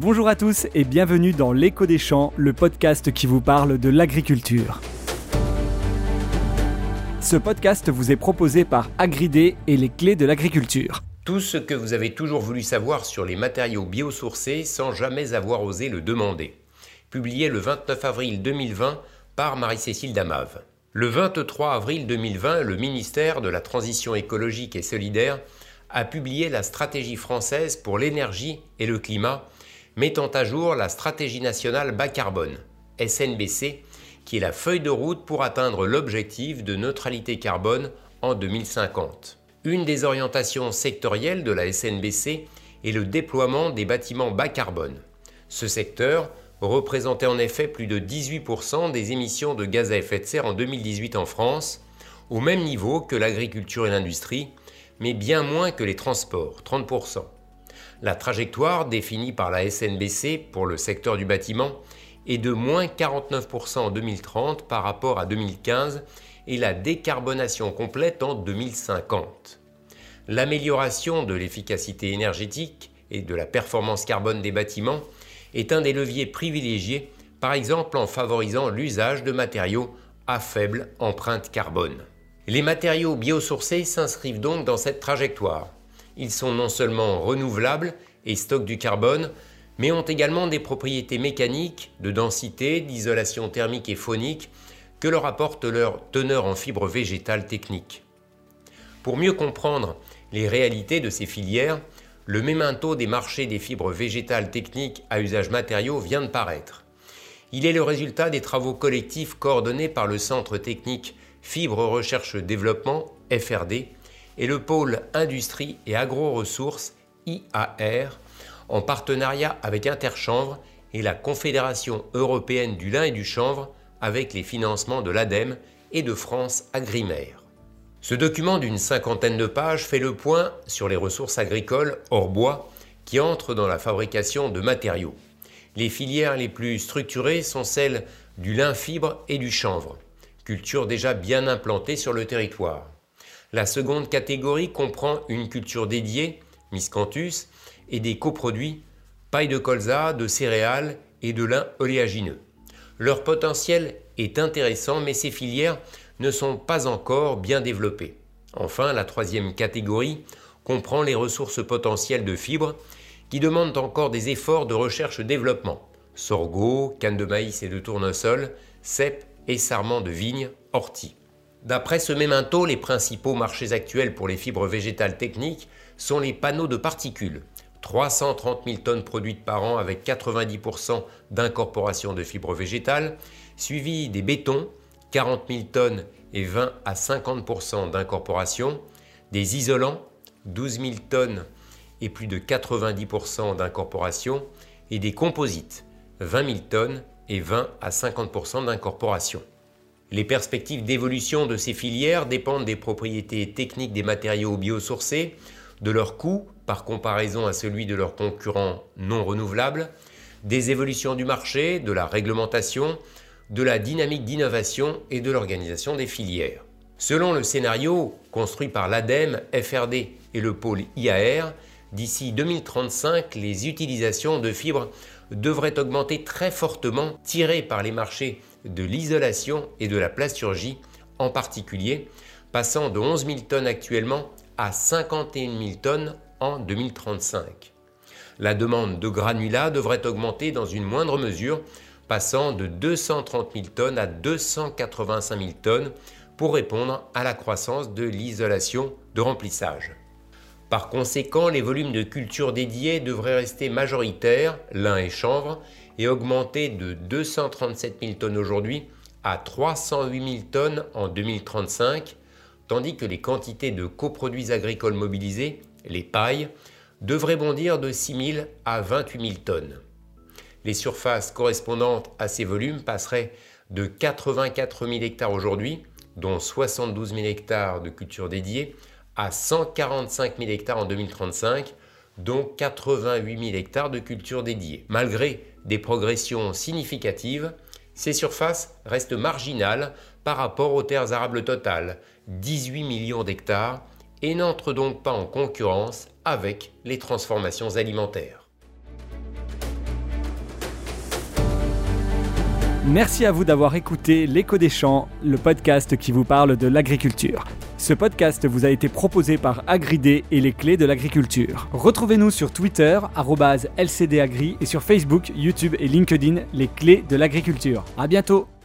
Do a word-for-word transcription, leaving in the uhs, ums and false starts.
Bonjour à tous et bienvenue dans l'Écho des champs, le podcast qui vous parle de l'agriculture. Ce podcast vous est proposé par Agridé et les clés de l'agriculture. Tout ce que vous avez toujours voulu savoir sur les matériaux biosourcés sans jamais avoir osé le demander. Publié le vingt-neuf avril deux mille vingt par Marie-Cécile Damave. Le vingt-trois avril deux mille vingt, le ministère de la Transition écologique et solidaire a publié la stratégie française pour l'énergie et le climat, mettant à jour la stratégie nationale bas carbone, S N B C, qui est la feuille de route pour atteindre l'objectif de neutralité carbone en deux mille cinquante. Une des orientations sectorielles de la S N B C est le déploiement des bâtiments bas carbone. Ce secteur représentait en effet plus de dix-huit pour cent des émissions de gaz à effet de serre en deux mille dix-huit en France, au même niveau que l'agriculture et l'industrie, mais bien moins que les transports, trente pour cent. La trajectoire définie par la S N B C pour le secteur du bâtiment est de moins quarante-neuf pour cent en deux mille trente par rapport à deux mille quinze et la décarbonation complète en deux mille cinquante. L'amélioration de l'efficacité énergétique et de la performance carbone des bâtiments est un des leviers privilégiés, par exemple en favorisant l'usage de matériaux à faible empreinte carbone. Les matériaux biosourcés s'inscrivent donc dans cette trajectoire. Ils sont non seulement renouvelables et stockent du carbone, mais ont également des propriétés mécaniques, de densité, d'isolation thermique et phonique que leur apporte leur teneur en fibres végétales techniques. Pour mieux comprendre les réalités de ces filières, le mémento des marchés des fibres végétales techniques à usage matériaux vient de paraître. Il est le résultat des travaux collectifs coordonnés par le Centre technique Fibres Recherche Développement, F R D, et le pôle Industrie et Agro-Ressources, I A R, en partenariat avec Interchanvre et la Confédération européenne du lin et du chanvre, avec les financements de l'ADEME et de France Agrimer. Ce document d'une cinquantaine de pages fait le point sur les ressources agricoles hors bois qui entrent dans la fabrication de matériaux. Les filières les plus structurées sont celles du lin-fibre et du chanvre, cultures déjà bien implantées sur le territoire. La seconde catégorie comprend une culture dédiée, Miscanthus, et des coproduits, paille de colza, de céréales et de lin oléagineux. Leur potentiel est intéressant, mais ces filières ne sont pas encore bien développées. Enfin, la troisième catégorie comprend les ressources potentielles de fibres qui demandent encore des efforts de recherche-développement. Sorgho, canne de maïs et de tournesol, cèpes et sarments de vigne, orties. D'après ce mémento, les principaux marchés actuels pour les fibres végétales techniques sont les panneaux de particules, trois cent trente mille tonnes produites par an avec quatre-vingt-dix pour cent d'incorporation de fibres végétales, suivi des bétons, quarante mille tonnes et vingt à cinquante pour cent d'incorporation, des isolants, douze mille tonnes et plus de quatre-vingt-dix pour cent d'incorporation, et des composites, vingt mille tonnes et vingt à cinquante pour cent d'incorporation. Les perspectives d'évolution de ces filières dépendent des propriétés techniques des matériaux biosourcés, de leur coût par comparaison à celui de leurs concurrents non renouvelables, des évolutions du marché, de la réglementation, de la dynamique d'innovation et de l'organisation des filières. Selon le scénario construit par l'ADEME, F R D et le pôle I A R, d'ici deux mille trente-cinq, les utilisations de fibres devraient augmenter très fortement, tirées par les marchés de l'isolation et de la plasturgie en particulier, passant de onze mille tonnes actuellement à cinquante et une mille tonnes en deux mille trente-cinq. La demande de granulats devrait augmenter dans une moindre mesure, passant de deux cent trente mille tonnes à deux cent quatre-vingt-cinq mille tonnes pour répondre à la croissance de l'isolation de remplissage. Par conséquent, les volumes de culture dédiés devraient rester majoritaires, lin et chanvre, et augmenter de deux cent trente-sept mille tonnes aujourd'hui à trois cent huit mille tonnes en deux mille trente-cinq, tandis que les quantités de coproduits agricoles mobilisés, les pailles, devraient bondir de six mille à vingt-huit mille tonnes. Les surfaces correspondantes à ces volumes passeraient de quatre-vingt-quatre mille hectares aujourd'hui, dont soixante-douze mille hectares de culture dédiée, à cent quarante-cinq mille hectares en deux mille trente-cinq, dont quatre-vingt-huit mille hectares de culture dédiée. Malgré des progressions significatives, ces surfaces restent marginales par rapport aux terres arables totales, dix-huit millions d'hectares, et n'entrent donc pas en concurrence avec les transformations alimentaires. Merci à vous d'avoir écouté L'écho des champs, le podcast qui vous parle de l'agriculture. Ce podcast vous a été proposé par Agridé et les clés de l'agriculture. Retrouvez-nous sur Twitter, arobase L C D Agri, et sur Facebook, YouTube et LinkedIn, les clés de l'agriculture. À bientôt!